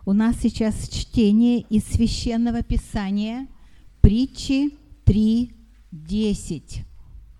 У нас сейчас чтение из Священного Писания, Притчи 3:10.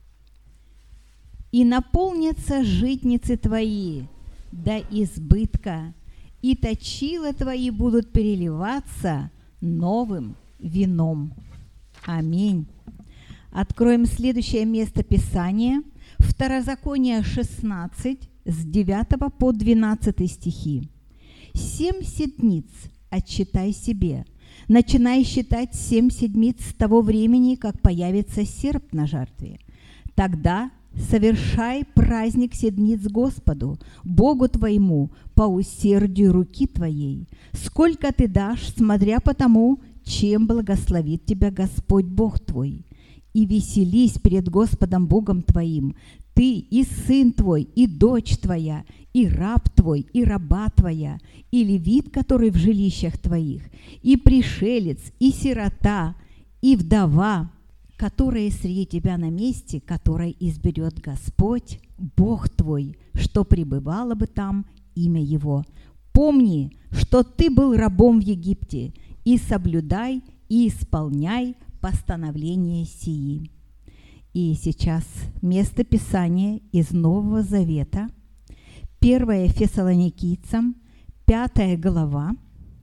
«И наполнятся житницы твои до избытка, и точила твои будут переливаться новым вином». Аминь. Откроем следующее место Писания, Второзаконие 16, с 9 по 12 стихи. 7 седмиц отсчитай себе, начинай считать 7 седмиц с того времени, как появится серп на жертве. Тогда совершай праздник седмиц Господу, Богу твоему, по усердию руки твоей. Сколько ты дашь, смотря по тому, чем благословит тебя Господь Бог твой. И веселись перед Господом Богом твоим, ты и сын твой, и дочь твоя, и раб твой, и раба твоя, и левит, который в жилищах твоих, и пришелец, и сирота, и вдова, которые среди тебя на месте, которое изберет Господь, Бог твой, что пребывало бы там имя Его. Помни, что ты был рабом в Египте, и соблюдай и исполняй постановления сии». И сейчас место Писания из Нового Завета, 1 Фессалоникийцам, 5 глава,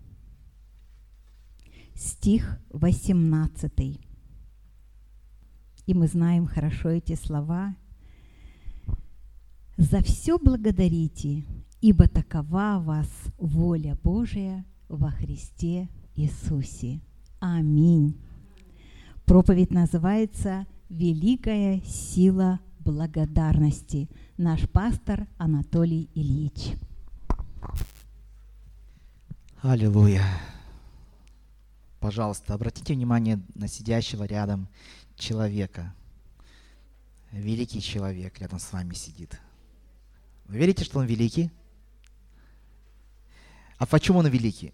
стих 18. И мы знаем хорошо эти слова. «За все благодарите, ибо такова вас воля Божия во Христе Иисусе». Аминь. Проповедь называется «Великая сила благодарности». Наш пастор Анатолий Ильич. Аллилуйя. Пожалуйста, обратите внимание на сидящего рядом человека. Великий человек рядом с вами сидит. Вы верите, что он великий? А почему он великий?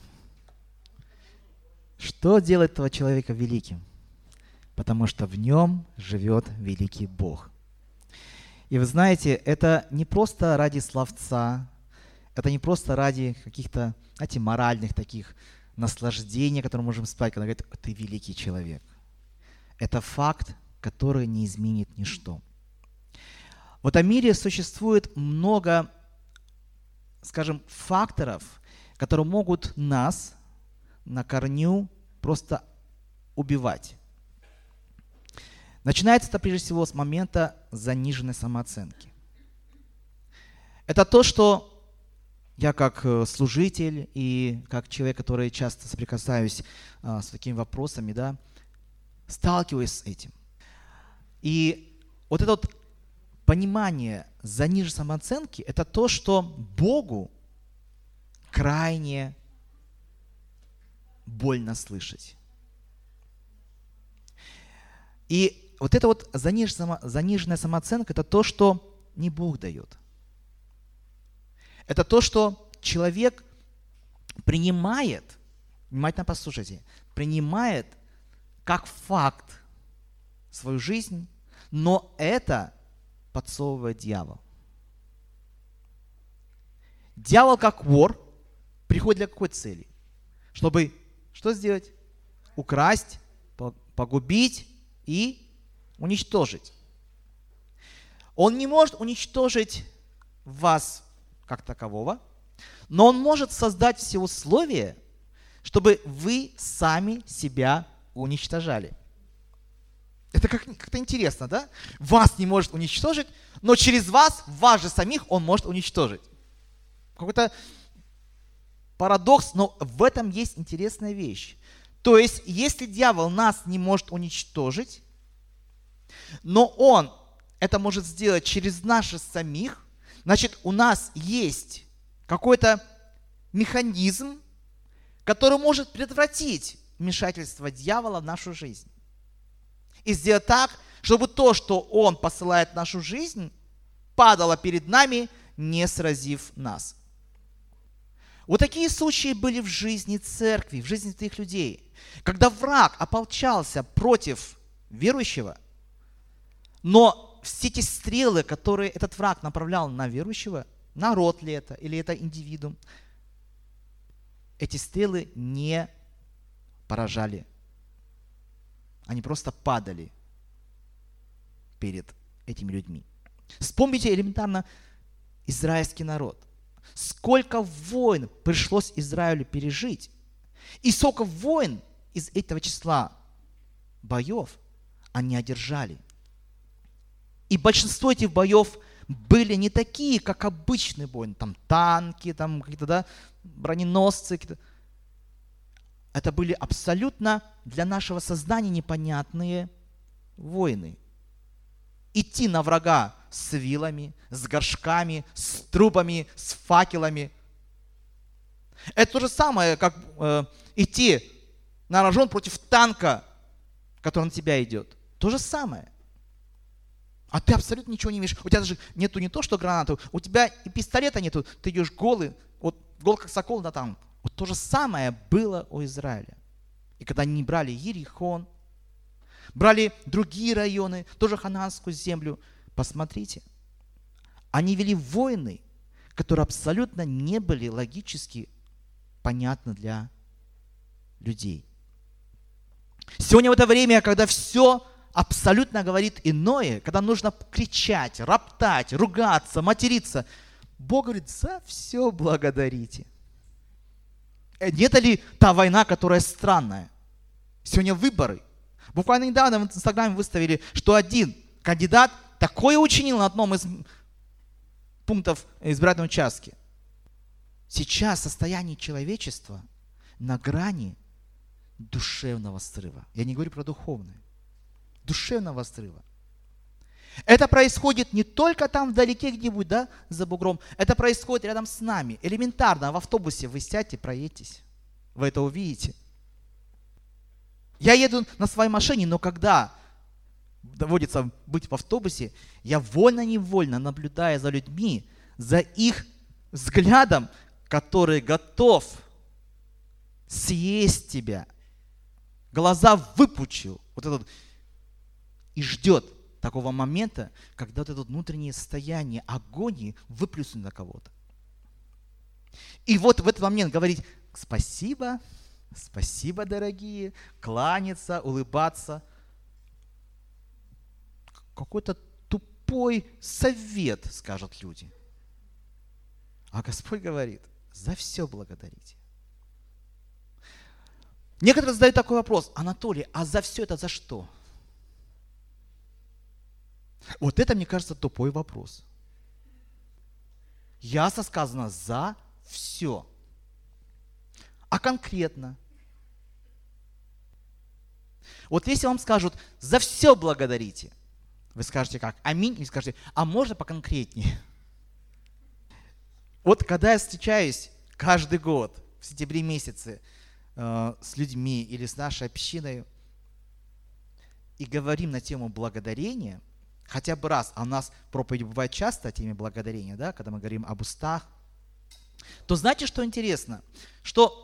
Что делает этого человека великим? Потому что в нем живет великий Бог. И вы знаете, это не просто ради словца, это не просто ради каких-то, знаете, моральных таких наслаждений, которые мы можем спать, когда говорят: «Ты великий человек». Это факт, который не изменит ничто. В этом мире существует много, скажем, факторов, которые могут нас на корню просто убивать. Начинается это прежде всего с момента заниженной самооценки. Это то, что я как служитель и как человек, который часто соприкасаюсь с такими вопросами, да, сталкиваюсь с этим. И вот это вот понимание заниженной самооценки – это то, что Богу крайне больно слышать. И вот эта вот заниженная самооценка – это то, что не Бог дает. Это то, что человек принимает, внимательно послушайте, принимает как факт свою жизнь, но это подсовывает дьявол. Дьявол, как вор, приходит для какой цели? Чтобы что сделать? Украсть, погубить и уничтожить. Он не может уничтожить вас как такового, но он может создать все условия, чтобы вы сами себя уничтожали. Это как-то интересно, да? Вас не может уничтожить, но через вас же самих он может уничтожить. Какой-то парадокс, но в этом есть интересная вещь. То есть, если дьявол нас не может уничтожить, но он это может сделать через наших самих, значит, у нас есть какой-то механизм, который может предотвратить вмешательство дьявола в нашу жизнь. И сделать так, чтобы то, что он посылает в нашу жизнь, падало перед нами, не сразив нас. Вот такие случаи были в жизни церкви, в жизни этих людей. Когда враг ополчался против верующего, но все эти стрелы, которые этот враг направлял на верующего, народ ли это, или это индивидуум, эти стрелы не поражали. Они просто падали перед этими людьми. Вспомните элементарно израильский народ. Сколько войн пришлось Израилю пережить. И сколько войн из этого числа боев они одержали. И большинство этих боев были не такие, как обычные войны. Там танки, там какие-то, да, броненосцы. Какие-то. Это были абсолютно для нашего сознания непонятные войны. Идти на врага с вилами, с горшками, с трубами, с факелами. Это то же самое, как идти на рожон против танка, который на тебя идет. То же самое. А ты абсолютно ничего не имеешь. У тебя даже нету не то, что гранаты, у тебя и пистолета нету. Ты идешь голый, вот гол как сокол на танк. Вот то же самое было у Израиля. И когда они брали Иерихон, брали другие районы, тоже Ханаанскую землю, посмотрите, они вели войны, которые абсолютно не были логически понятны для людей. Сегодня в это время, когда все абсолютно говорит иное, когда нужно кричать, роптать, ругаться, материться, Бог говорит, за все благодарите. Нет ли та война, которая странная? Сегодня выборы. Буквально недавно в Инстаграме выставили, что один кандидат такое учинил на одном из пунктов избирательного участка. Сейчас состояние человечества на грани душевного срыва. Я не говорю про духовное. Душевного срыва. Это происходит не только там вдалеке где-нибудь, да, за бугром. Это происходит рядом с нами. Элементарно. В автобусе вы сядьте, проедьтесь. Вы это увидите. Я еду на своей машине, но когда доводится быть в автобусе, я вольно-невольно, наблюдая за людьми, за их взглядом, который готов съесть тебя, глаза выпучил, вот этот, и ждет такого момента, когда вот это внутреннее состояние агонии выплюснет на кого-то. И вот в этот момент говорить спасибо, спасибо, дорогие, кланяться, улыбаться. Какой-то тупой совет, скажут люди. А Господь говорит, за все благодарите. Некоторые задают такой вопрос, Анатолий, а за все это за что? Вот это, мне кажется, тупой вопрос. Ясно сказано, за все. А конкретно? Вот если вам скажут, за все благодарите, вы скажете как? Аминь? Или скажете, а можно поконкретнее? Вот когда я встречаюсь каждый год в сентябре месяце с людьми или с нашей общиной и говорим на тему благодарения, хотя бы раз, а у нас проповеди бывает часто о теме благодарения, да, когда мы говорим об устах, то знаете, что интересно? Что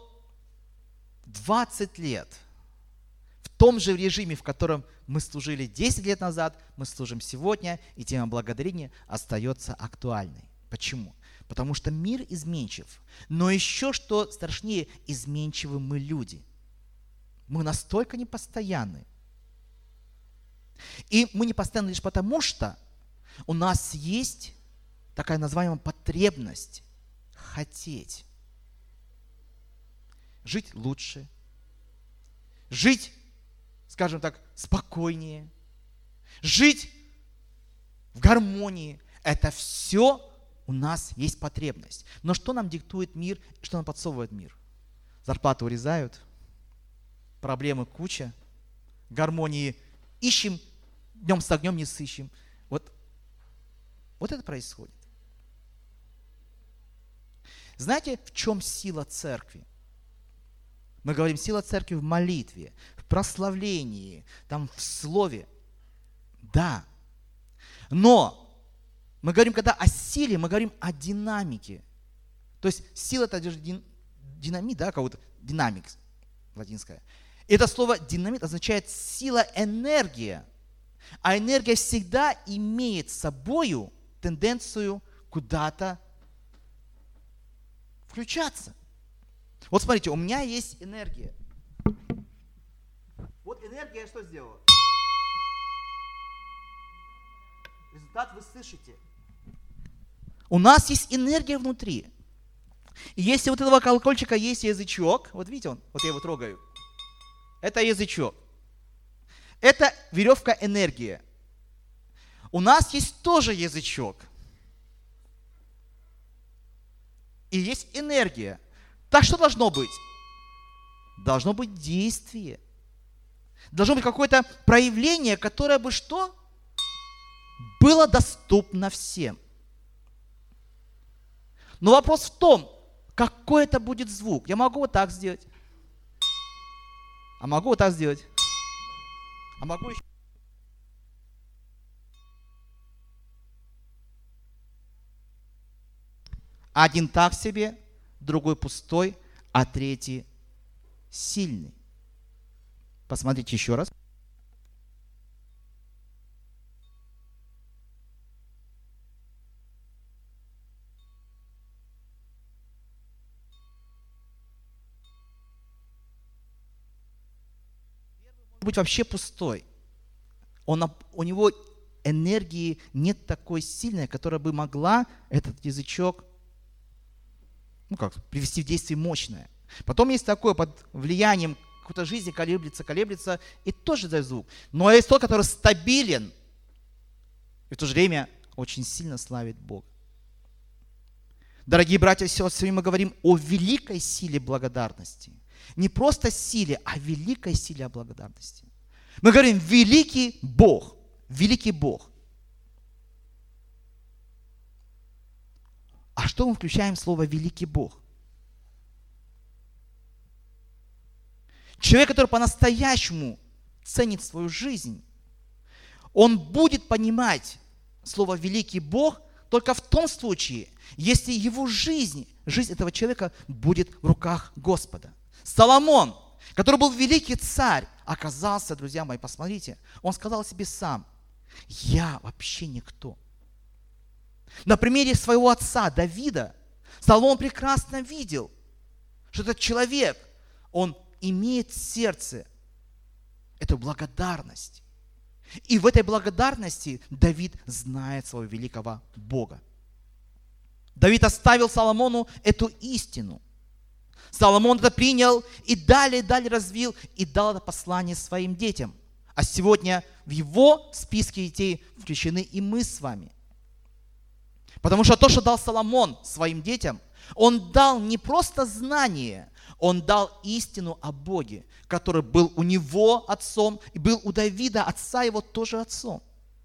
20 лет в том же режиме, в котором мы служили 10 лет назад, мы служим сегодня, и тема благодарения остается актуальной. Почему? Потому что мир изменчив. Но еще что страшнее, изменчивы мы люди. Мы настолько непостоянны. И мы непостоянны лишь потому, что у нас есть такая называемая потребность хотеть. Жить лучше. Жить, скажем так, спокойнее. Жить в гармонии. Это все у нас есть потребность. Но что нам диктует мир, что нам подсовывает мир? Зарплату урезают, проблемы куча, гармонии ищем, днем с огнем не сыщем. Вот это происходит. Знаете, в чем сила церкви? Мы говорим, сила церкви в молитве, в прославлении, там в слове. Да. Но мы говорим, когда о силе, мы говорим о динамике. То есть сила это динамит, да, как-то динамикс латинское. Это слово динамит означает сила, энергия. А энергия всегда имеет с собою тенденцию куда-то включаться. Вот смотрите, у меня есть энергия. Вот энергия что сделала? Результат вы слышите. У нас есть энергия внутри. И если вот этого колокольчика есть язычок, вот видите он, вот я его трогаю, это язычок. Это веревка энергия. У нас есть тоже язычок. И есть энергия. Так что должно быть? Должно быть действие. Должно быть какое-то проявление, которое бы что? Было доступно всем. Но вопрос в том, какой это будет звук. Я могу вот так сделать. А могу вот так сделать. А могу еще. Один так себе, другой пустой, а третий сильный. Посмотрите еще раз. Быть вообще пустой. У него энергии нет такой сильной, которая бы могла этот язычок привести в действие мощное. Потом есть такое, под влиянием какой-то жизни колеблется, и тоже дает звук. Но есть тот, который стабилен, и в то же время очень сильно славит Бога. Дорогие братья и сестры, сегодня мы говорим о великой силе благодарности. Не просто силе, а великой силе благодарности. Мы говорим великий Бог, великий Бог. А что мы включаем в слово великий Бог? Человек, который по-настоящему ценит свою жизнь, он будет понимать слово великий Бог только в том случае, если его жизнь этого человека будет в руках Господа. Соломон, который был великий царь, оказался, друзья мои, посмотрите, он сказал себе сам: я вообще никто. На примере своего отца Давида Соломон прекрасно видел, что этот человек, он имеет в сердце эту благодарность. И в этой благодарности Давид знает своего великого Бога. Давид оставил Соломону эту истину. Соломон это принял и далее развил, и дал это послание своим детям. А сегодня в его списке детей включены и мы с вами. Потому что то, что дал Соломон своим детям, он дал не просто знание, он дал истину о Боге, который был у него отцом, и был у Давида, отца его, тоже отцом.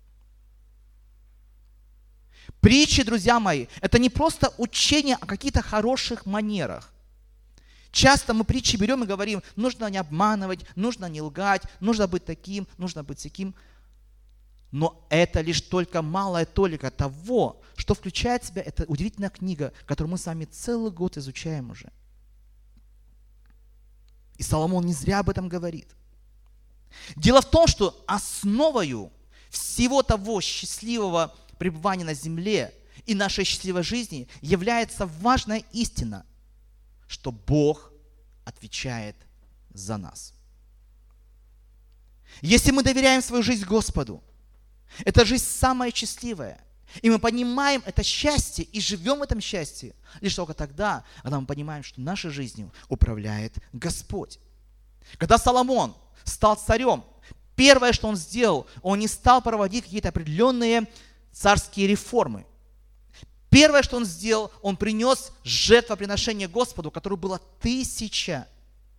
Притчи, друзья мои, это не просто учение о каких-то хороших манерах. Часто мы притчи берем и говорим: нужно не обманывать, нужно не лгать, нужно быть таким, нужно быть сяким. Но это лишь только малая толика того, что включает в себя эта удивительная книга, которую мы с вами целый год изучаем уже. И Соломон не зря об этом говорит. Дело в том, что основою всего того счастливого пребывания на земле и нашей счастливой жизни является важная истина, что Бог отвечает за нас. Если мы доверяем свою жизнь Господу, эта жизнь самая счастливая, и мы понимаем это счастье и живем в этом счастье лишь только тогда, когда мы понимаем, что нашей жизнью управляет Господь. Когда Соломон стал царем, первое, что он сделал, он не стал проводить какие-то определенные царские реформы. Первое, что он сделал, он принес жертвоприношение Господу, которое было 1000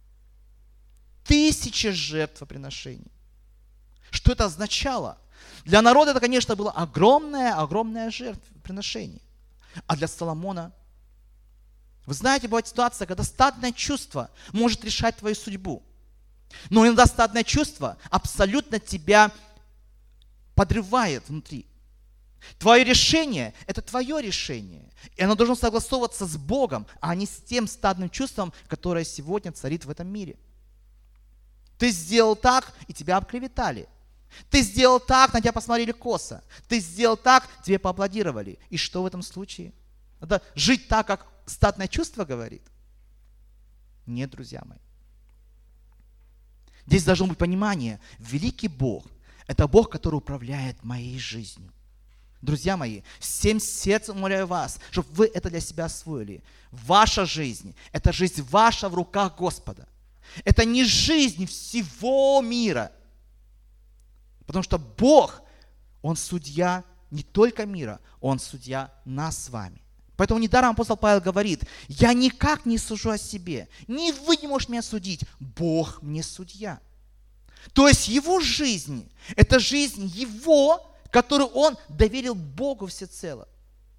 жертвоприношений. Что это означало? Для народа это, конечно, было огромное жертвоприношение. А для Соломона, вы знаете, бывает ситуация, когда стадное чувство может решать твою судьбу. Но иногда стадное чувство абсолютно тебя подрывает внутри. Твое решение – это твое решение. И оно должно согласовываться с Богом, а не с тем стадным чувством, которое сегодня царит в этом мире. Ты сделал так, и тебя обклеветали. Ты сделал так, на тебя посмотрели косо. Ты сделал так, тебе поаплодировали. И что в этом случае? Надо жить так, как стадное чувство говорит? Нет, друзья мои. Здесь должно быть понимание. Великий Бог – это Бог, который управляет моей жизнью. Друзья мои, всем сердцем умоляю вас, чтобы вы это для себя освоили. Ваша жизнь – это жизнь ваша в руках Господа. Это не жизнь всего мира. Потому что Бог, Он судья не только мира, Он судья нас с вами. Поэтому недаром апостол Павел говорит: я никак не сужу о себе. Ни вы не можете меня судить. Бог мне судья. То есть его жизнь – это жизнь его, которую он доверил Богу всецело.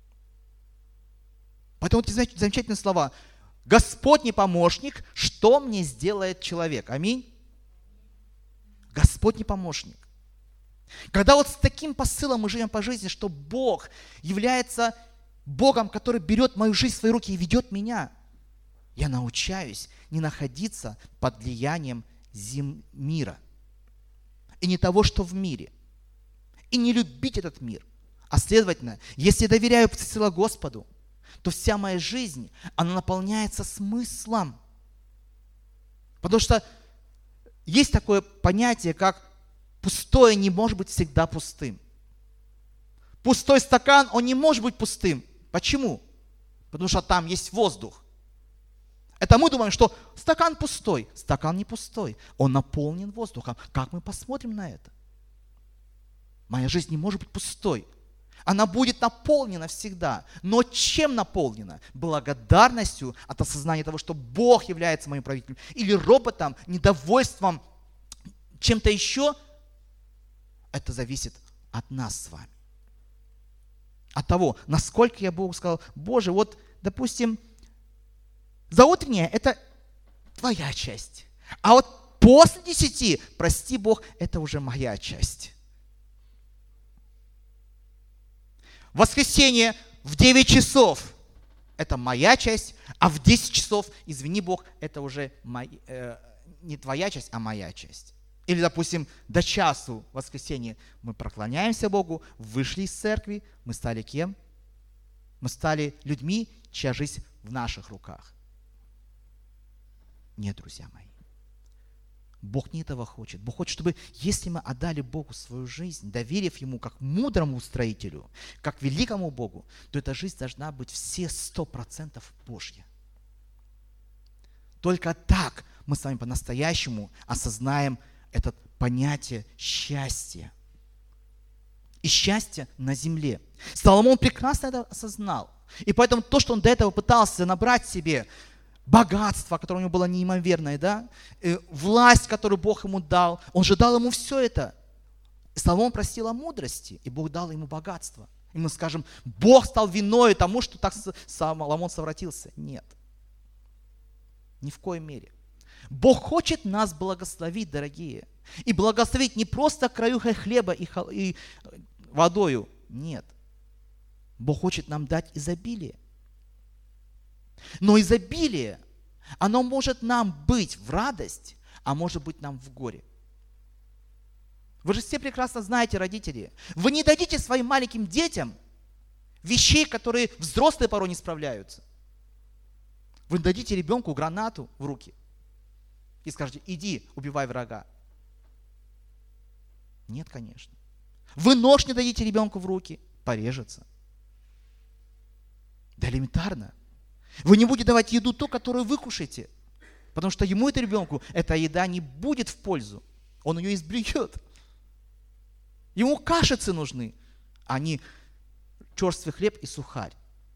Поэтому вот эти замечательные слова. Господний помощник, что мне сделает человек? Аминь. Господний помощник. Когда вот с таким посылом мы живем по жизни, что Бог является Богом, который берет мою жизнь в свои руки и ведет меня, я научаюсь не находиться под влиянием мира. И не того, что в мире. И не любить этот мир. А следовательно, если я доверяю всецело Господу, то вся моя жизнь, она наполняется смыслом. Потому что есть такое понятие, как пустое не может быть всегда пустым. Пустой стакан, он не может быть пустым. Почему? Потому что там есть воздух. Это мы думаем, что стакан пустой. Стакан не пустой. Он наполнен воздухом. Как мы посмотрим на это? Моя жизнь не может быть пустой. Она будет наполнена всегда. Но чем наполнена? Благодарностью от осознания того, что Бог является моим правителем. Или ропотом, недовольством, чем-то еще. Это зависит от нас с вами. От того, насколько я Богу сказал: Боже, вот, допустим, заутреннее – это твоя часть. А вот после 10, прости Бог, это уже моя часть. Воскресенье в 9 часов – это моя часть, а в 10 часов, извини Бог, это уже не твоя часть, а моя часть. Или, допустим, до часу в воскресенье мы поклоняемся Богу, вышли из церкви, мы стали кем? Мы стали людьми, чья жизнь в наших руках. Нет, друзья мои. Бог не этого хочет. Бог хочет, чтобы, если мы отдали Богу свою жизнь, доверив Ему как мудрому устроителю, как великому Богу, то эта жизнь должна быть все 100% Божья. Только так мы с вами по-настоящему осознаем это понятие счастья. И счастье на земле. Соломон прекрасно это осознал. И поэтому то, что он до этого пытался набрать себе, богатство, которое у него было неимоверное, да? Власть, которую Бог ему дал, он же дал ему все это. И Соломон просил о мудрости, и Бог дал ему богатство. И мы скажем: Бог стал виною тому, что так Соломон совратился. Нет. Ни в коей мере. Бог хочет нас благословить, дорогие. И благословить не просто краюхой хлеба и водою. Нет. Бог хочет нам дать изобилие. Но изобилие, оно может нам быть в радость, а может быть нам в горе. Вы же все прекрасно знаете, родители, вы не дадите своим маленьким детям вещей, которые взрослые порой не справляются. Вы дадите ребенку гранату в руки и скажете: иди, убивай врага. Нет, конечно. Вы нож не дадите ребенку в руки, порежется. Да элементарно. Вы не будете давать еду ту, которую вы кушаете, потому что ему, это ребенку, эта еда не будет в пользу. Он ее изблюет. Ему кашицы нужны, а не черствый хлеб и сухарь.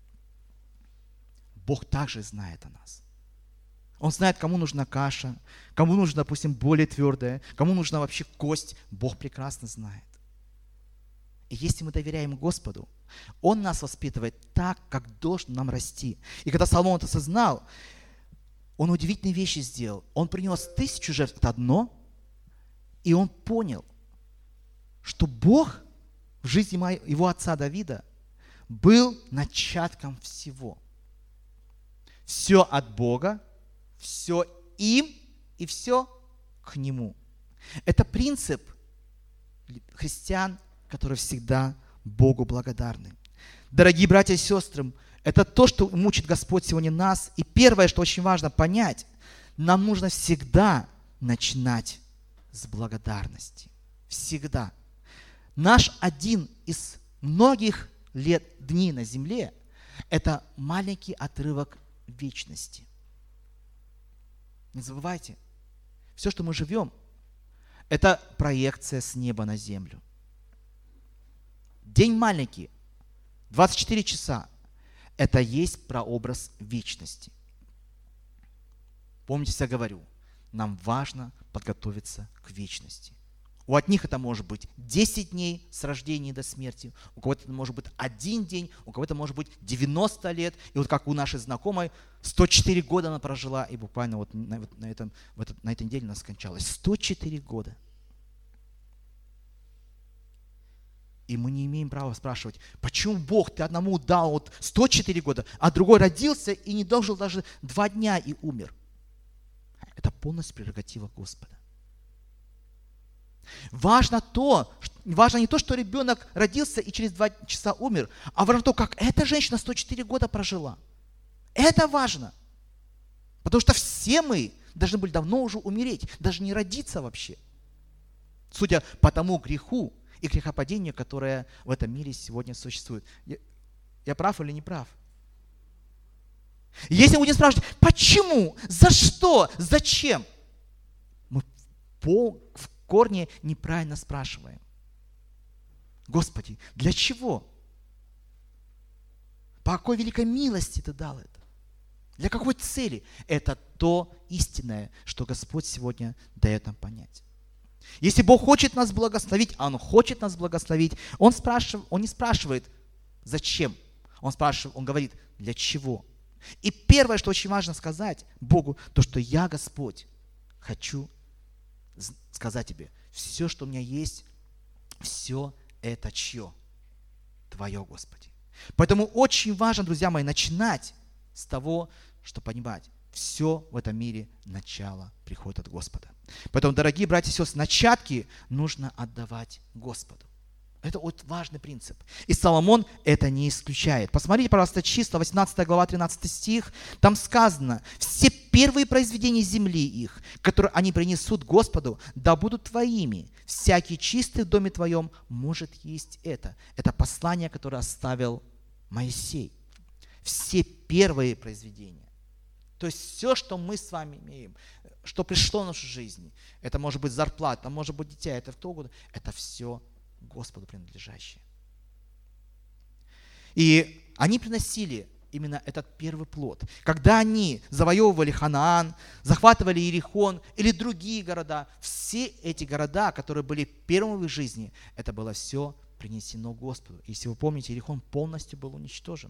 Бог также знает о нас. Он знает, кому нужна каша, кому нужна, допустим, более твердая, кому нужна вообще кость. Бог прекрасно знает. И если мы доверяем Господу, Он нас воспитывает так, как должен нам расти. И когда Соломон это осознал, он удивительные вещи сделал. Он принес 1000 жертв, это одно, и он понял, что Бог в жизни его отца Давида был начатком всего. Все от Бога, все им и все к Нему. Это принцип христиан, которые всегда Богу благодарны. Дорогие братья и сестры, это то, что мучит Господь сегодня нас. И первое, что очень важно понять, нам нужно всегда начинать с благодарности. Всегда. Наш один из многих лет, дней на земле – это маленький отрывок вечности. Не забывайте, все, что мы живем, это проекция с неба на землю. День маленький, 24 часа – это есть прообраз вечности. Помните, я говорю, нам важно подготовиться к вечности. У одних это может быть 10 дней с рождения до смерти, у кого-то это может быть 1 день, у кого-то может быть 90 лет. И вот как у нашей знакомой, 104 года она прожила, и буквально вот на этой неделе она скончалась. 104 года. И мы не имеем права спрашивать, почему Бог, ты одному дал вот 104 года, а другой родился и не дожил даже 2 дня и умер. Это полностью прерогатива Господа. Важно не то, что ребенок родился и через 2 часа умер, а важно то, как эта женщина 104 года прожила. Это важно. Потому что все мы должны были давно уже умереть, даже не родиться вообще. Судя по тому греху и грехопадению, которое в этом мире сегодня существует. Я прав или не прав? Если мы будем спрашивать, почему, за что, зачем, мы в корне неправильно спрашиваем. Господи, для чего? По какой великой милости Ты дал это? Для какой цели? Это то истинное, что Господь сегодня дает нам понять. Если Бог хочет нас благословить, а Он хочет нас благословить, Он не спрашивает, зачем. Он говорит, для чего. И первое, что очень важно сказать Богу, то, что я, Господь, хочу сказать Тебе, все, что у меня есть, все это чье? Твое, Господи. Поэтому очень важно, друзья мои, начинать с того, что понимать, все в этом мире начало приходит от Господа. Поэтому, дорогие братья и сестры, начатки нужно отдавать Господу. Это вот важный принцип. И Соломон это не исключает. Посмотрите, пожалуйста, числа, 18 глава, 13 стих. Там сказано, все первые произведения земли их, которые они принесут Господу, да будут твоими. Всякий чистый в доме твоем может есть это. Это послание, которое оставил Моисей. Все первые произведения. То есть все, что мы с вами имеем, что пришло в нашу жизнь, это может быть зарплата, может быть дитя, это кто угодно, это все Господу принадлежащее. И они приносили именно этот первый плод. Когда они завоевывали Ханаан, захватывали Иерихон или другие города, все эти города, которые были первыми в их жизни, это было все принесено Господу. Если вы помните, Иерихон полностью был уничтожен.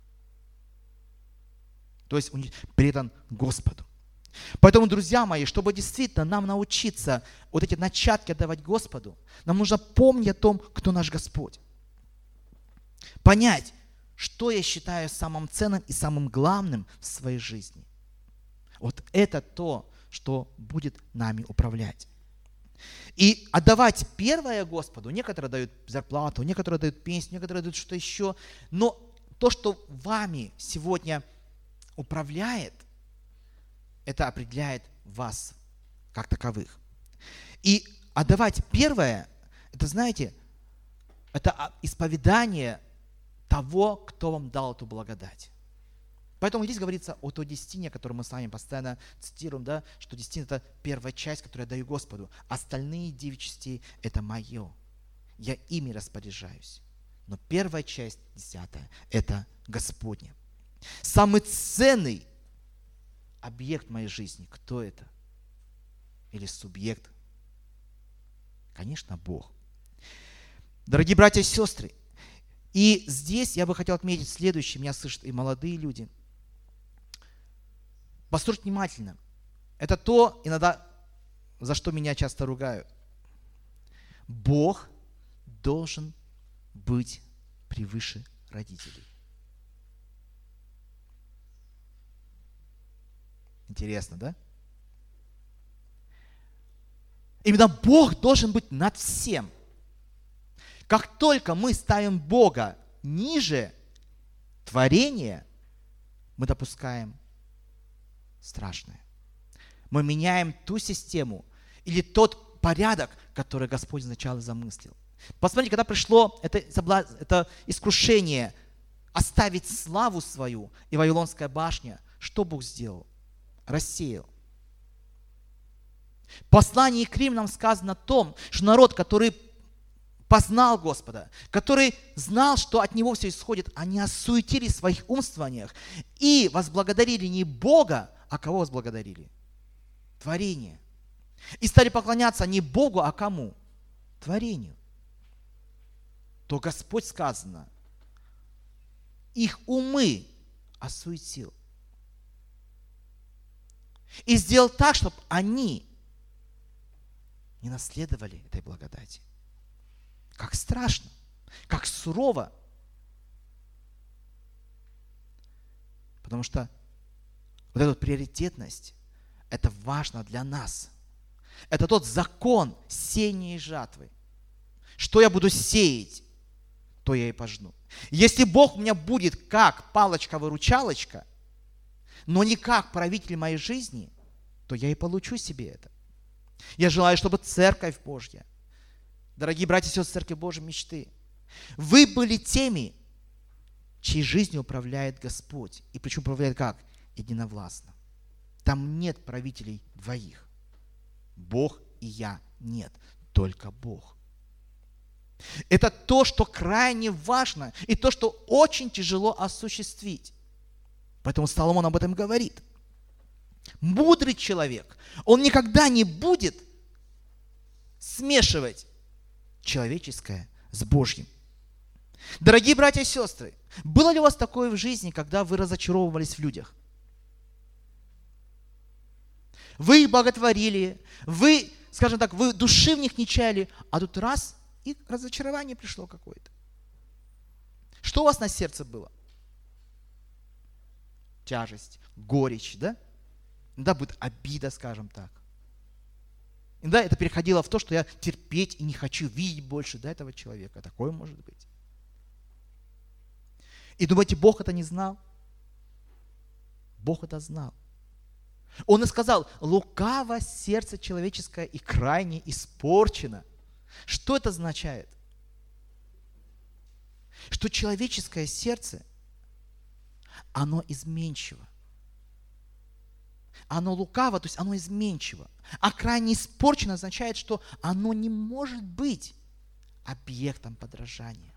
То есть предан Господу. Поэтому, друзья мои, чтобы действительно нам научиться вот эти начатки отдавать Господу, нам нужно помнить о том, кто наш Господь. Понять, что я считаю самым ценным и самым главным в своей жизни. Вот это то, что будет нами управлять. И отдавать первое Господу, некоторые дают зарплату, некоторые дают пенсию, некоторые дают что-то еще, но то, что вами сегодня управляет, это определяет вас как таковых. И отдавать первое, это, знаете, это исповедание того, кто вам дал эту благодать. Поэтому здесь говорится о той десятине, которую мы с вами постоянно цитируем, да, что десятина – это первая часть, которую я даю Господу. Остальные 9 частей – это мое. Я ими распоряжаюсь. Но первая часть, 10-я, это Господня. Самый ценный объект моей жизни, кто это? Или субъект? Конечно, Бог. Дорогие братья и сестры, и здесь я бы хотел отметить следующее, меня слышат и молодые люди. Послушайте внимательно. Это то, иногда, за что меня часто ругают. Бог должен быть превыше родителей. Интересно, да? Именно Бог должен быть над всем. Как только мы ставим Бога ниже творения, мы допускаем страшное. Мы меняем ту систему или тот порядок, который Господь сначала замыслил. Посмотрите, когда пришло это искушение оставить славу свою и Вавилонская башня, что Бог сделал? Рассеял. В послании к Римлянам сказано о том, что народ, который познал Господа, который знал, что от Него все исходит, они осуетились в своих умствованиях и возблагодарили не Бога, а кого возблагодарили? Творение. И стали поклоняться не Богу, а кому? Творению. То Господь, сказано, их умы осуетил. И сделал так, чтобы они не наследовали этой благодати. Как страшно, как сурово. Потому что вот эта приоритетность, это важно для нас. Это тот закон сеяния и жатвы. Что я буду сеять, то я и пожну. Если Бог у меня будет как палочка-выручалочка, но не как правитель моей жизни, то я и получу себе это. Я желаю, чтобы Церковь Божья, дорогие братья и сестры Церкви Божьей мечты, вы были теми, чьей жизнью управляет Господь. И причем управляет как? Единовластно. Там нет правителей двоих. Бог и я. Нет, только Бог. Это то, что крайне важно, и то, что очень тяжело осуществить. Поэтому Соломон об этом говорит. Мудрый человек, он никогда не будет смешивать человеческое с Божьим. Дорогие братья и сестры, было ли у вас такое в жизни, когда вы разочаровывались в людях? Вы их боготворили, вы, скажем так, вы души в них не чаяли, а тут раз, и разочарование пришло какое-то. Что у вас на сердце было? Тяжесть, горечь, да? Иногда будет обида, скажем так. Иногда это переходило в то, что я терпеть и не хочу видеть больше этого человека. Такое может быть. И думаете, Бог это не знал? Бог это знал. Он и сказал, лукаво сердце человеческое и крайне испорчено. Что это означает? Что человеческое сердце, оно изменчиво. Оно лукаво, то есть оно изменчиво. А крайне испорчено означает, что оно не может быть объектом подражания.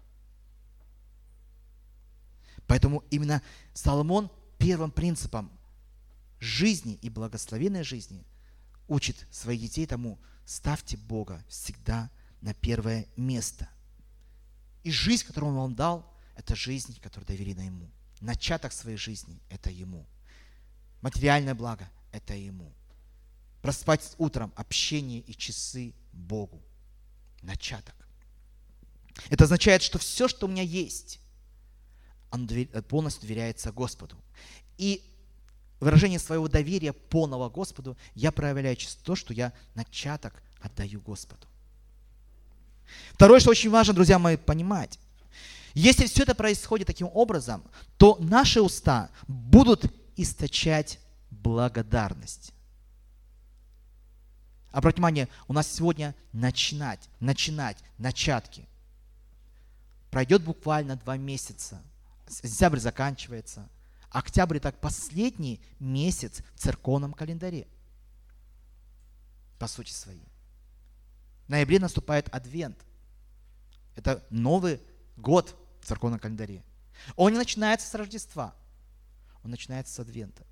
Поэтому именно Соломон первым принципом жизни и благословенной жизни учит своих детей тому: ставьте Бога всегда на первое место. И жизнь, которую Он вам дал, это жизнь, которую доверена Ему. Начаток своей жизни – это Ему. Материальное благо – это Ему. Проспать утром, общение и часы Богу. Начаток. Это означает, что все, что у меня есть, оно полностью доверяется Господу. И выражение своего доверия полного Господу я проявляю через то, что я начаток отдаю Господу. Второе, что очень важно, друзья мои, понимать. Если все это происходит таким образом, то наши уста будут источать благодарность. Обратите внимание, у нас сегодня начинать, начатки. Пройдет буквально 2 месяца. Сентябрь заканчивается. Октябрь – это последний месяц в церковном календаре. По сути своей. В ноябре наступает Адвент. Это Новый год в церковном календаре. Он не начинается с Рождества. Он начинается с Адвента.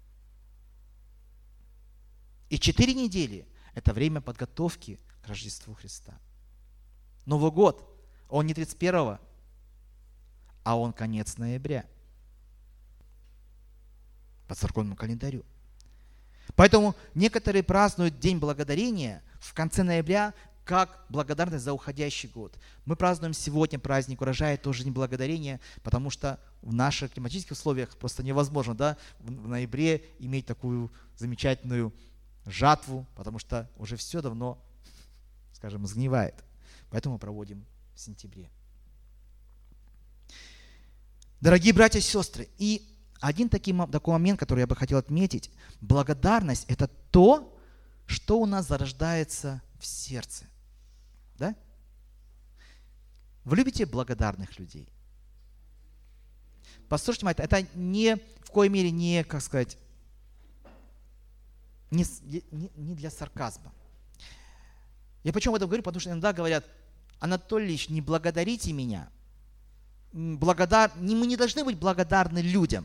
И 4 недели – это время подготовки к Рождеству Христа. Новый год, он не 31-го, а он конец ноября. По церковному календарю. Поэтому некоторые празднуют День Благодарения в конце ноября как благодарность за уходящий год. Мы празднуем сегодня праздник урожая, тоже День Благодарения, потому что в наших климатических условиях просто невозможно, да, в ноябре иметь такую замечательную жатву, потому что уже все давно, скажем, сгнивает. Поэтому мы проводим в сентябре. Дорогие братья и сестры, и такой момент, который я бы хотел отметить. Благодарность – это то, что у нас зарождается в сердце. Да? Вы любите благодарных людей? Послушайте, это ни в коей мере не, как сказать, не для сарказма. Я почему об этом говорю? Потому что иногда говорят: Анатолий Ильич, не благодарите меня. Мы не должны быть благодарны людям.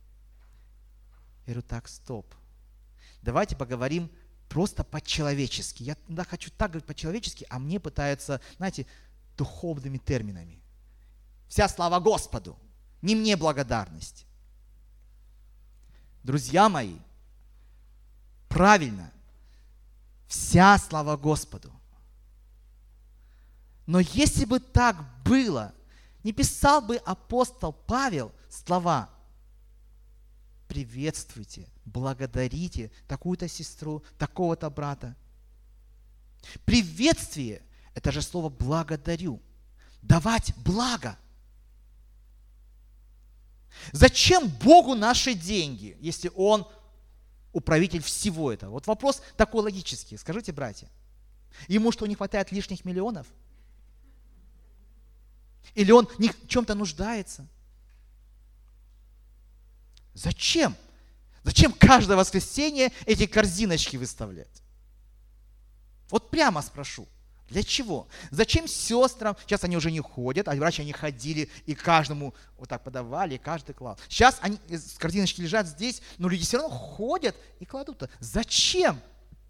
Я говорю: так, стоп. Давайте поговорим просто по-человечески. Я иногда хочу так говорить по-человечески, а мне пытаются, знаете, духовными терминами. Вся слава Господу, не мне благодарность. Друзья мои, правильно, вся слава Господу. Но если бы так было, не писал бы апостол Павел слова: приветствуйте, благодарите такую-то сестру, такого-то брата. Приветствие – это же слово «благодарю», давать благо. Зачем Богу наши деньги, если Он управитель всего этого? Вот вопрос такой логический. Скажите, братья, Ему что, не хватает лишних миллионов? Или Он в чем-то нуждается? Зачем? Зачем каждое воскресенье эти корзиночки выставлять? Вот прямо спрошу. Для чего? Зачем сестрам, сейчас они уже не ходят, а раньше они ходили и каждому вот так подавали, и каждый клал. Сейчас корзиночки лежат здесь, но люди все равно ходят и кладут. Зачем?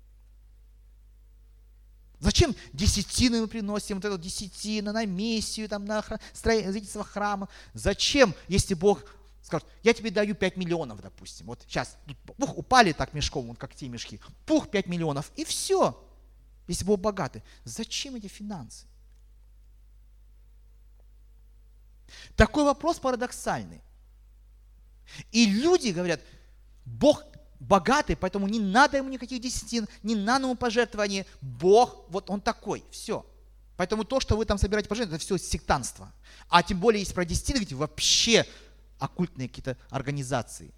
Зачем десятины мы приносим, вот эту десятину на миссию, там, на строительство храма? Зачем, если Бог скажет: я тебе даю 5 миллионов, допустим. Вот сейчас упали так мешком, вот как те мешки, 5 миллионов, и все. Если Бог богатый, зачем эти финансы? Такой вопрос парадоксальный. И люди говорят: Бог богатый, поэтому не надо ему никаких десятин, не надо ему пожертвований. Бог, вот он такой, все. Поэтому то, что вы там собираете пожертвовать, это все сектантство. А тем более, если про десятины говорите, вообще оккультные какие-то организации.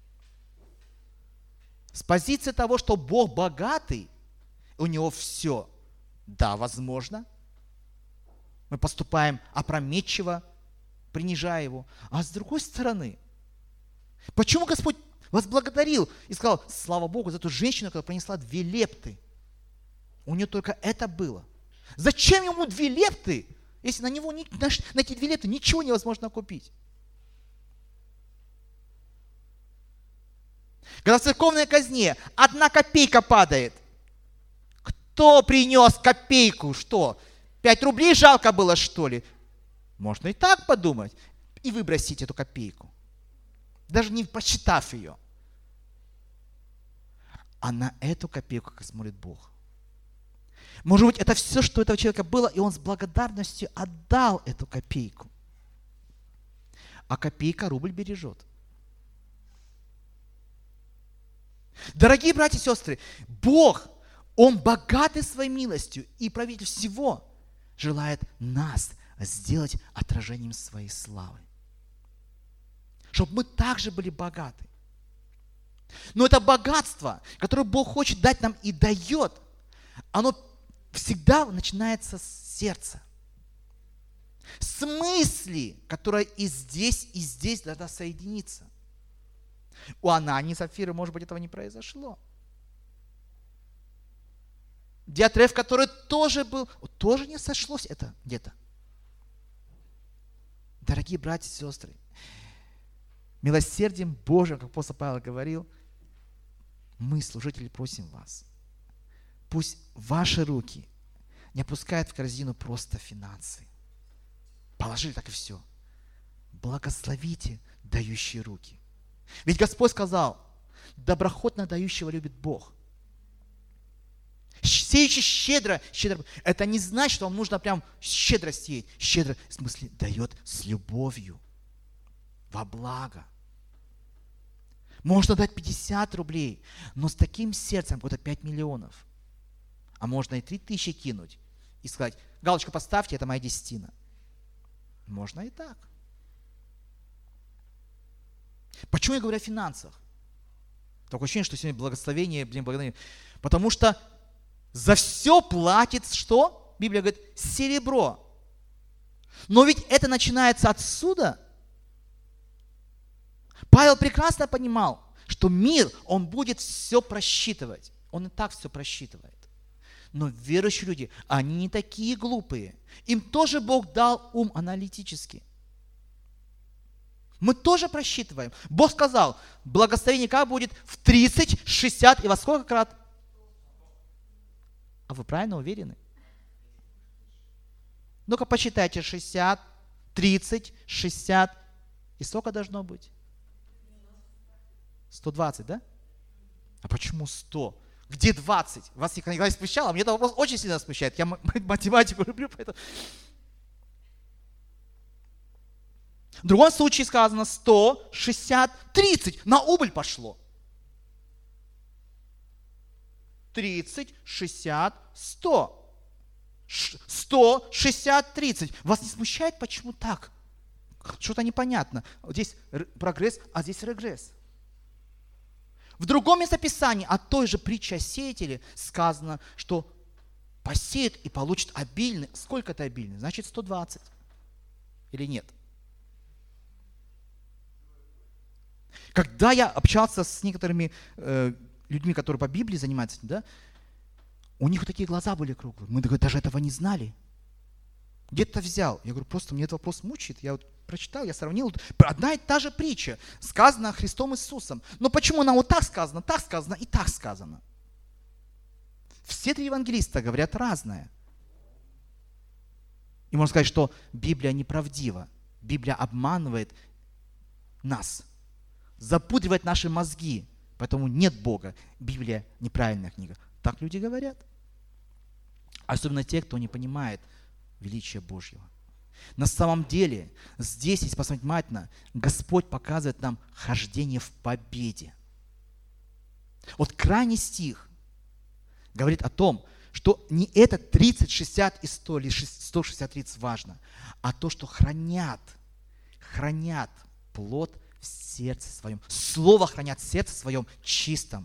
С позиции того, что Бог богатый, у него все. Да, возможно. Мы поступаем опрометчиво, принижая его. А с другой стороны, почему Господь вас благодарил и сказал: слава Богу за ту женщину, которая принесла 2 лепты? У нее только это было. Зачем ему 2 лепты, если на эти 2 лепты ничего невозможно купить? Когда в церковной казне 1 копейка падает, кто принес копейку? Что, 5 рублей жалко было, что ли? Можно и так подумать. И выбросить эту копейку, даже не посчитав ее. А на эту копейку как смотрит Бог. Может быть, это все, что у этого человека было, и он с благодарностью отдал эту копейку. А копейка рубль бережет. Дорогие братья и сестры, Бог, Он богатый своей милостью, и правитель всего желает нас сделать отражением своей славы. Чтобы мы также были богаты. Но это богатство, которое Бог хочет дать нам и дает, оно всегда начинается с сердца. С мысли, которая и здесь должна соединиться. У Анании и Сапфиры, может быть, этого не произошло. Диатреф, который тоже был, тоже не сошлось это где-то. Дорогие братья и сестры, милосердием Божьим, как апостол Павел говорил, мы, служители, просим вас, пусть ваши руки не опускают в корзину просто финансы. Положили, так и все. Благословите дающие руки. Ведь Господь сказал: доброхотно дающего любит Бог. Сеющий щедро. Это не значит, что вам нужно прям щедро сеять. Щедро, в смысле, дает с любовью, во благо. Можно дать 50 рублей, но с таким сердцем, какое-то 5 миллионов. А можно и 3000 кинуть и сказать: галочку поставьте, это моя десятина. Можно и так. Почему я говорю о финансах? Такое ощущение, что сегодня благословение, благословение. Потому что за все платит что? Библия говорит, серебро. Но ведь это начинается отсюда. Павел прекрасно понимал, что мир, он будет все просчитывать. Он и так все просчитывает. Но верующие люди, они не такие глупые. Им тоже Бог дал ум аналитический. Мы тоже просчитываем. Бог сказал, благословение как будет в 30, 60 и во сколько крат? А вы правильно уверены? Ну-ка посчитайте 60, 30, 60. И сколько должно быть? 120, да? А почему 100? Где 20? Вас никогда не смущало? Мне этот вопрос очень сильно смущает. Я математику люблю, поэтому... В другом случае сказано 100, 60, 30. На убыль пошло. 30, 60, 100. 100, 60, 30. Вас не смущает, почему так? Что-то непонятно. Вот здесь прогресс, а здесь регресс. В другом местописании о той же притче о сеятеле сказано, что посеет и получит обильный. Сколько это обильный? Значит 120. Или нет? Когда я общался с некоторыми людьми, которые по Библии занимаются, да, у них вот такие глаза были круглые. Мы даже этого не знали. Где ты это взял? Я говорю, просто мне этот вопрос мучает. Я вот прочитал, я сравнил. Одна и та же притча, сказана Христом Иисусом. Но почему она вот так сказана и так сказано? Все три евангелиста говорят разное. И можно сказать, что Библия неправдива. Библия обманывает нас, запудривает наши мозги. Поэтому нет Бога. Библия неправильная книга. Так люди говорят. Особенно те, кто не понимает величия Божьего. На самом деле, здесь, если посмотреть внимательно, Господь показывает нам хождение в победе. Вот крайний стих говорит о том, что не это 30, 60 и 100, или 160, 30 важно, а то, что хранят плод в сердце своем. Слово хранят в сердце своем чистом.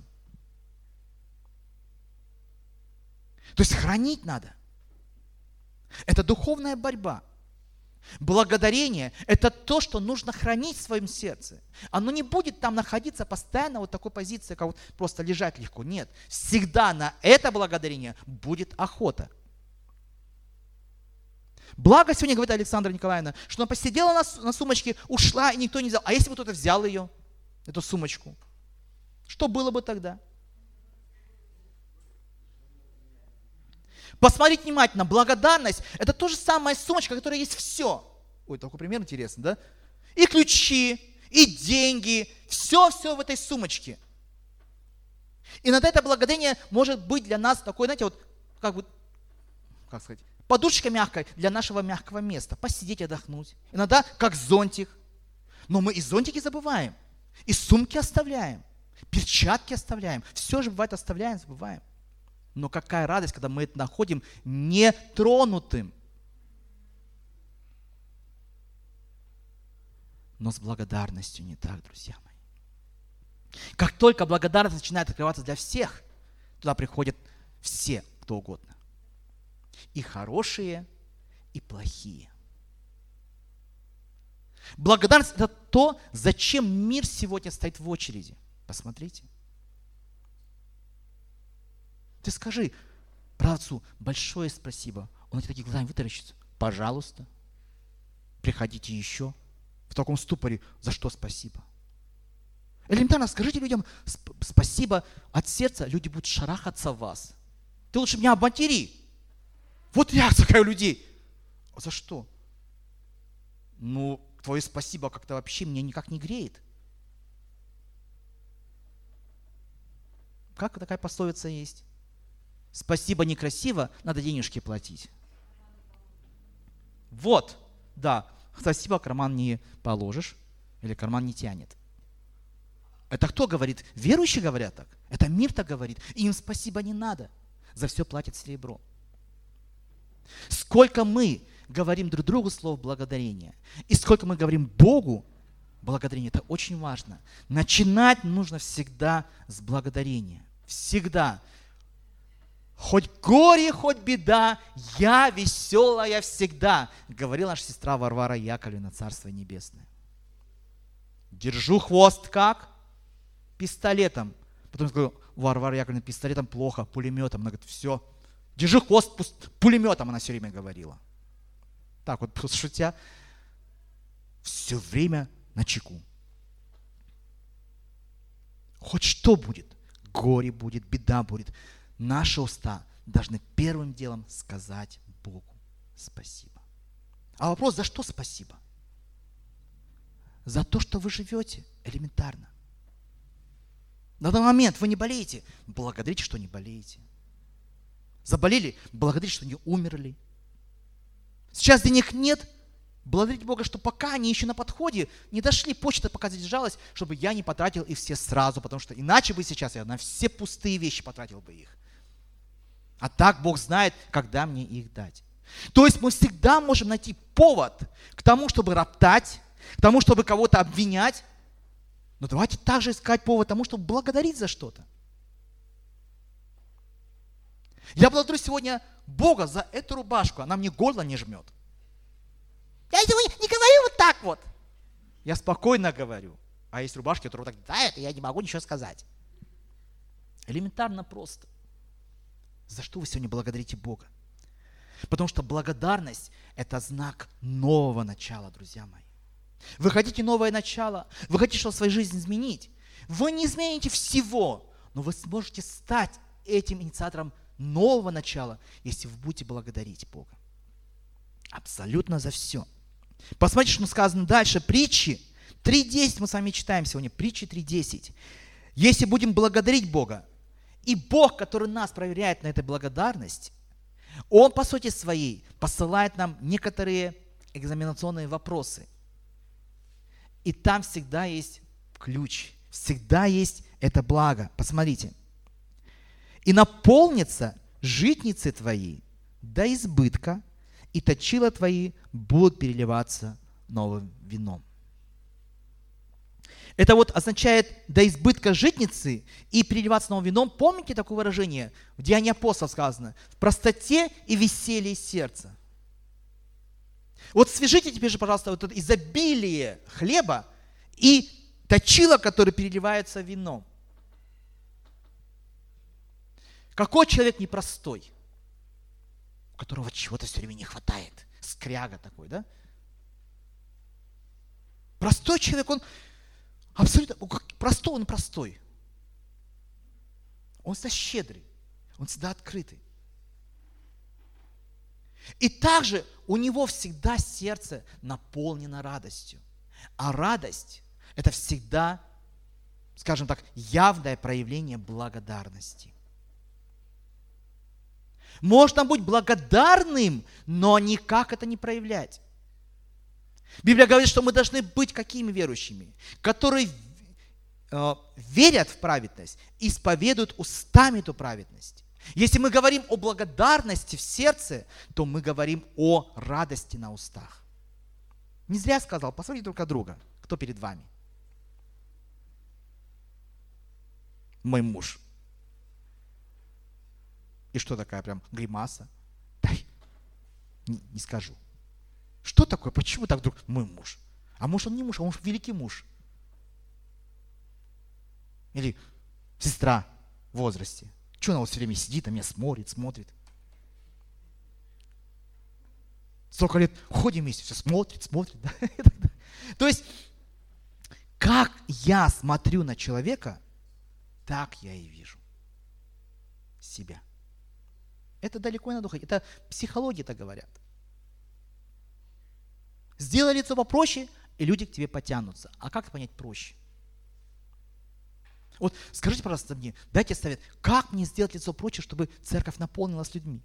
То есть хранить надо. Это духовная борьба. Благодарение – это то, что нужно хранить в своем сердце. Оно не будет там находиться постоянно вот такой позиции, как вот просто лежать легко. Нет. Всегда на это благодарение будет охота. Благо сегодня, говорит Александра Николаевна, что она посидела на сумочке, ушла, и никто не взял. А если бы кто-то взял ее, эту сумочку, что было бы тогда? Посмотрите внимательно, благодарность – это то же самое сумочка, в которой есть все. Ой, такой пример интересный, да? И ключи, и деньги, все в этой сумочке. Иногда это благодарение может быть для нас такой, знаете, вот, как сказать, подушечка мягкая для нашего мягкого места. Посидеть, отдохнуть. Иногда как зонтик. Но мы и зонтики забываем, и сумки оставляем, перчатки оставляем. Все же бывает оставляем, забываем. Но какая радость, когда мы это находим нетронутым. Но с благодарностью не так, друзья мои. Как только благодарность начинает открываться для всех, туда приходят все, кто угодно. И хорошие, и плохие. Благодарность – это то, зачем мир сегодня стоит в очереди. Посмотрите. Ты скажи правцу большое спасибо. Он эти такие глазами вытаращится. Пожалуйста, приходите еще. В таком ступоре, за что спасибо. Элементарно скажите людям спасибо от сердца, люди будут шарахаться в вас. Ты лучше меня обматери. Вот реакция такая у людей. За что? Ну, твое спасибо как-то вообще меня никак не греет. Как такая пословица есть? Спасибо некрасиво, надо денежки платить. Вот, да, спасибо, карман не положишь, или карман не тянет. Это кто говорит? Верующие говорят так. Это мир так говорит. И им спасибо не надо. За все платят серебро. Сколько мы говорим друг другу слово благодарения, и сколько мы говорим Богу благодарение. Это очень важно. Начинать нужно всегда с благодарения. Всегда. Хоть горе, хоть беда, я веселая всегда, говорила наша сестра Варвара Яковлевна, Царство Небесное. Держу хвост как? Пистолетом. Потом сказал, Варвара Яковлевна, пистолетом плохо, пулеметом. Она говорит, все, держи хвост пулеметом, она все время говорила. Так вот, просто шутя, все время на чеку. Хоть что будет, горе будет, беда будет, наши уста должны первым делом сказать Богу спасибо. А вопрос, за что спасибо? За то, что вы живете, элементарно. На данный момент вы не болеете, благодарите, что не болеете. Заболели, благодарите, что не умерли. Сейчас денег нет, благодарите Бога, что пока они еще на подходе, не дошли, почта пока задержалась, чтобы я не потратил их все сразу, потому что иначе бы сейчас я на все пустые вещи потратил бы их. А так Бог знает, когда мне их дать. То есть мы всегда можем найти повод к тому, чтобы роптать, к тому, чтобы кого-то обвинять. Но давайте также искать повод к тому, чтобы благодарить за что-то. Я благодарю сегодня Бога за эту рубашку. Она мне горло не жмет. Я сегодня не говорю вот так вот. Я спокойно говорю. А есть рубашки, которые вот так давят, и я не могу ничего сказать. Элементарно просто. За что вы сегодня благодарите Бога? Потому что благодарность – это знак нового начала, друзья мои. Вы хотите новое начало, вы хотите что-то в своей жизни изменить. Вы не измените всего, но вы сможете стать этим инициатором нового начала, если вы будете благодарить Бога. Абсолютно за все. Посмотрите, что сказано дальше. Притчи 3.10 мы с вами читаем сегодня. Притчи 3.10. Если будем благодарить Бога, и Бог, который нас проверяет на этой благодарности, Он по сути своей посылает нам некоторые экзаменационные вопросы. И там всегда есть ключ, всегда есть это благо. Посмотрите. И наполнятся житницы твои до избытка, и точила твои будут переливаться новым вином. Это вот означает до избытка житницы и переливаться новым вином. Помните такое выражение? В Деянии апостолов сказано: в простоте и веселье сердца. Вот свяжите теперь же, пожалуйста, вот это изобилие хлеба и точила, которое переливается вином. Какой человек непростой, у которого чего-то все время не хватает, скряга такой, да? Простой человек, он абсолютно простой, он простой. Он всегда щедрый, он всегда открытый. И также у него всегда сердце наполнено радостью. А радость – это всегда, скажем так, явное проявление благодарности. Можно быть благодарным, но никак это не проявлять. Библия говорит, что мы должны быть какими верующими? Которые верят в праведность, исповедуют устами эту праведность. Если мы говорим о благодарности в сердце, то мы говорим о радости на устах. Не зря сказал, посмотрите друг на друга, кто перед вами. Мой муж. И что такая прям гримаса? Дай, не скажу. Что такое? Почему так вдруг мой муж? А муж он не муж, а он великий муж. Или сестра в возрасте. Что она вот все время сидит, на меня смотрит. Столько лет ходим вместе, все смотрит. Да? То есть, как я смотрю на человека, так я и вижу себя. Это далеко не надо уходить. Это психология так говорят. Сделай лицо попроще, и люди к тебе потянутся. А как понять проще? Вот скажите, пожалуйста, мне, дайте совет, как мне сделать лицо проще, чтобы церковь наполнилась людьми?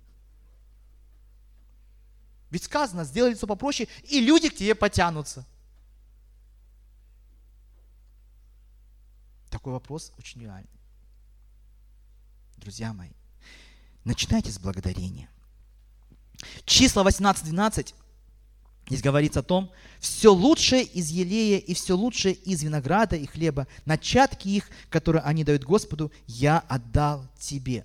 Ведь сказано, сделай лицо попроще, и люди к тебе потянутся. Такой вопрос очень реальный. Друзья мои, начинайте с благодарения. Числа 18:12 Здесь говорится о том, все лучшее из елея и все лучшее из винограда и хлеба, начатки их, которые они дают Господу, я отдал тебе.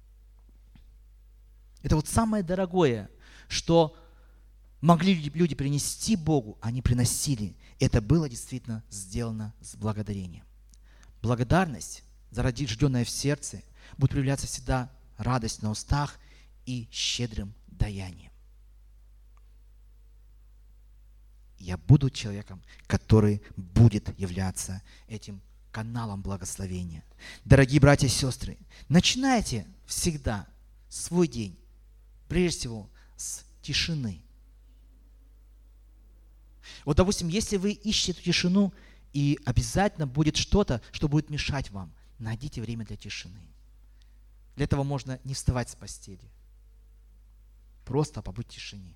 Это вот самое дорогое, что могли люди принести Богу, они приносили. Это было действительно сделано с благодарением. Благодарность за рожденное в сердце будет проявляться всегда радость на устах и щедрым даянием. Я буду человеком, который будет являться этим каналом благословения. Дорогие братья и сестры, начинайте всегда свой день, прежде всего, с тишины. Вот, допустим, если вы ищете эту тишину, и обязательно будет что-то, что будет мешать вам, найдите время для тишины. Для этого можно не вставать с постели. Просто побыть в тишине.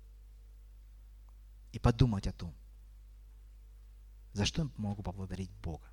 И подумать о том, за что я могу поблагодарить Бога.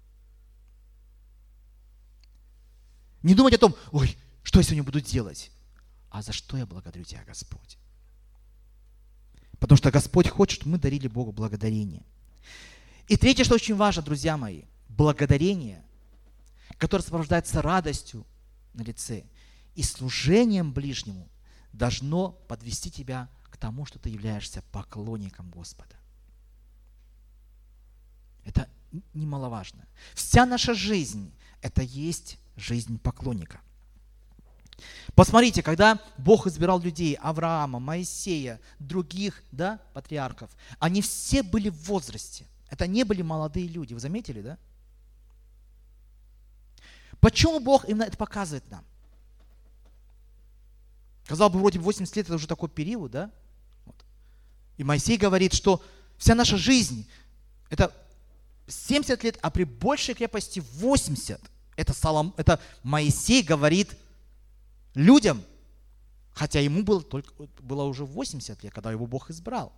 Не думать о том, ой, что я сегодня буду делать, а за что я благодарю Тебя, Господь. Потому что Господь хочет, чтобы мы дарили Богу благодарение. И третье, что очень важно, друзья мои, благодарение, которое сопровождается радостью на лице и служением ближнему, должно подвести тебя к тому, что ты являешься поклонником Господа. Это немаловажно. Вся наша жизнь – это есть жизнь поклонника. Посмотрите, когда Бог избирал людей, Авраама, Моисея, других патриархов, они все были в возрасте. Это не были молодые люди. Вы заметили, да? Почему Бог именно это показывает нам? Казалось бы, вроде 80 лет – это уже такой период, да? Вот. И Моисей говорит, что вся наша жизнь – это 70 лет, а при большей крепости 80. Это Моисей говорит людям, хотя ему было уже 80 лет, когда его Бог избрал.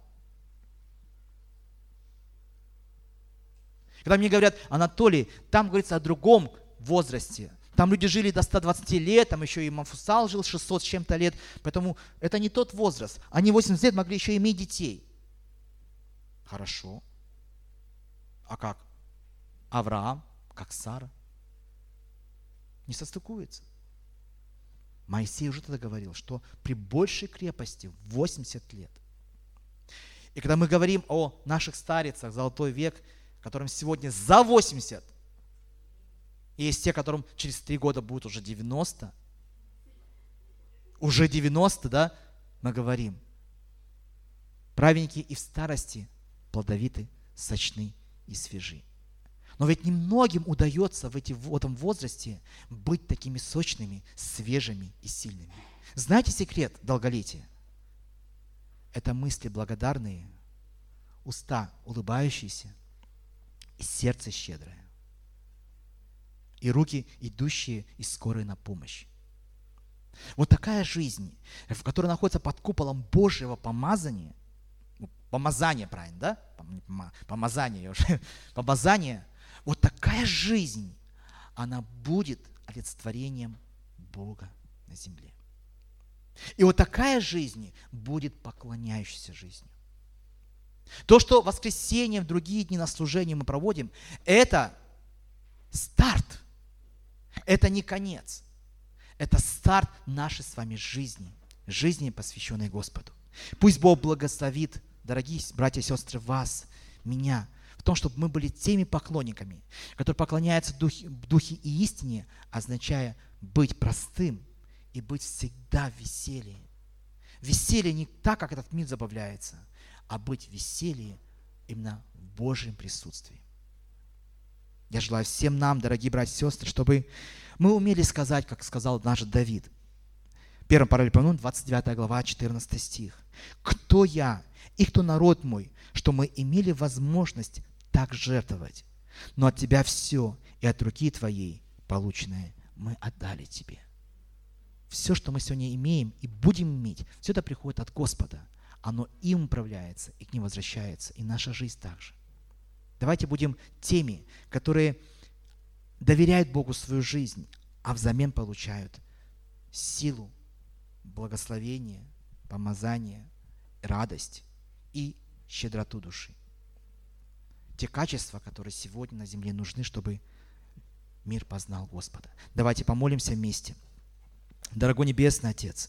Когда мне говорят, Анатолий, там говорится о другом возрасте. Там люди жили до 120 лет, там еще и Мафусал жил 600 с чем-то лет. Поэтому это не тот возраст. Они 80 лет могли еще иметь детей. Хорошо. А как? Авраам, как Сара? Не состыкуется. Моисей уже тогда говорил, что при большей крепости 80 лет. И когда мы говорим о наших старицах, золотой век, которым сегодня за 80, и есть те, которым через 3 года будет уже 90, да, мы говорим, праведники и в старости плодовиты, сочны и свежи. Но ведь немногим удается в этом возрасте быть такими сочными, свежими и сильными. Знаете секрет долголетия? Это мысли благодарные, уста улыбающиеся и сердце щедрое. И руки, идущие и скорые на помощь. Вот такая жизнь, в которой находится под куполом Божьего помазания, помазание, правильно, да? Помазание. Вот такая жизнь, она будет олицетворением Бога на земле. И вот такая жизнь будет поклоняющейся жизнью. То, что в воскресенье, в другие дни на служении мы проводим, это старт. Это не конец. Это старт нашей с вами жизни, посвященной Господу. Пусть Бог благословит, дорогие братья и сестры, вас, меня, в том, чтобы мы были теми поклонниками, которые поклоняются в духе и истине, означая быть простым и быть всегда в веселье. Веселье не так, как этот мир забавляется, а быть в веселье именно в Божьем присутствии. Я желаю всем нам, дорогие братья и сестры, чтобы мы умели сказать, как сказал наш Давид. 1 Паралипоменон, 29 глава, 14 стих. «Кто я и кто народ мой, что мы имели возможность так жертвовать? Но от Тебя все, и от руки Твоей полученное мы отдали Тебе». Все, что мы сегодня имеем и будем иметь, все это приходит от Господа. Оно им управляется и к ним возвращается, и наша жизнь также. Давайте будем теми, которые доверяют Богу свою жизнь, а взамен получают силу, благословение, помазание, радость и щедроту души. Те качества, которые сегодня на земле нужны, чтобы мир познал Господа. Давайте помолимся вместе. Дорогой Небесный Отец,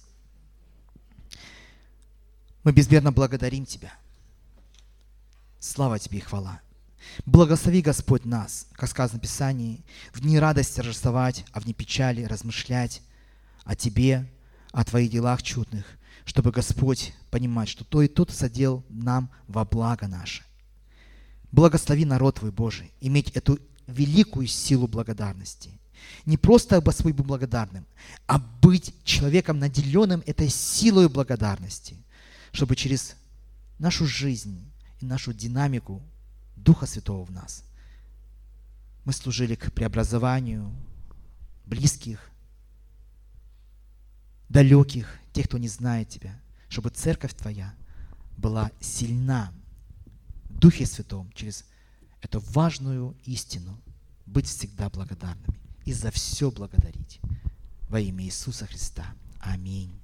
мы безмерно благодарим Тебя. Слава Тебе и хвала. Благослови, Господь, нас, как сказано в Писании, в дни радости торжествовать, а в дни печали размышлять о Тебе, о Твоих делах чудных, чтобы, Господь, понимать, что то и то Ты соделал нам во благо наше. Благослови народ Твой, Божий, иметь эту великую силу благодарности. Не просто, Господь, быть благодарным, а быть человеком, наделенным этой силой благодарности, чтобы через нашу жизнь и нашу динамику Духа Святого в нас мы служили к преобразованию близких, далеких, тех, кто не знает Тебя, чтобы Церковь Твоя была сильна в Духе Святом через эту важную истину быть всегда благодарными и за все благодарить. Во имя Иисуса Христа. Аминь.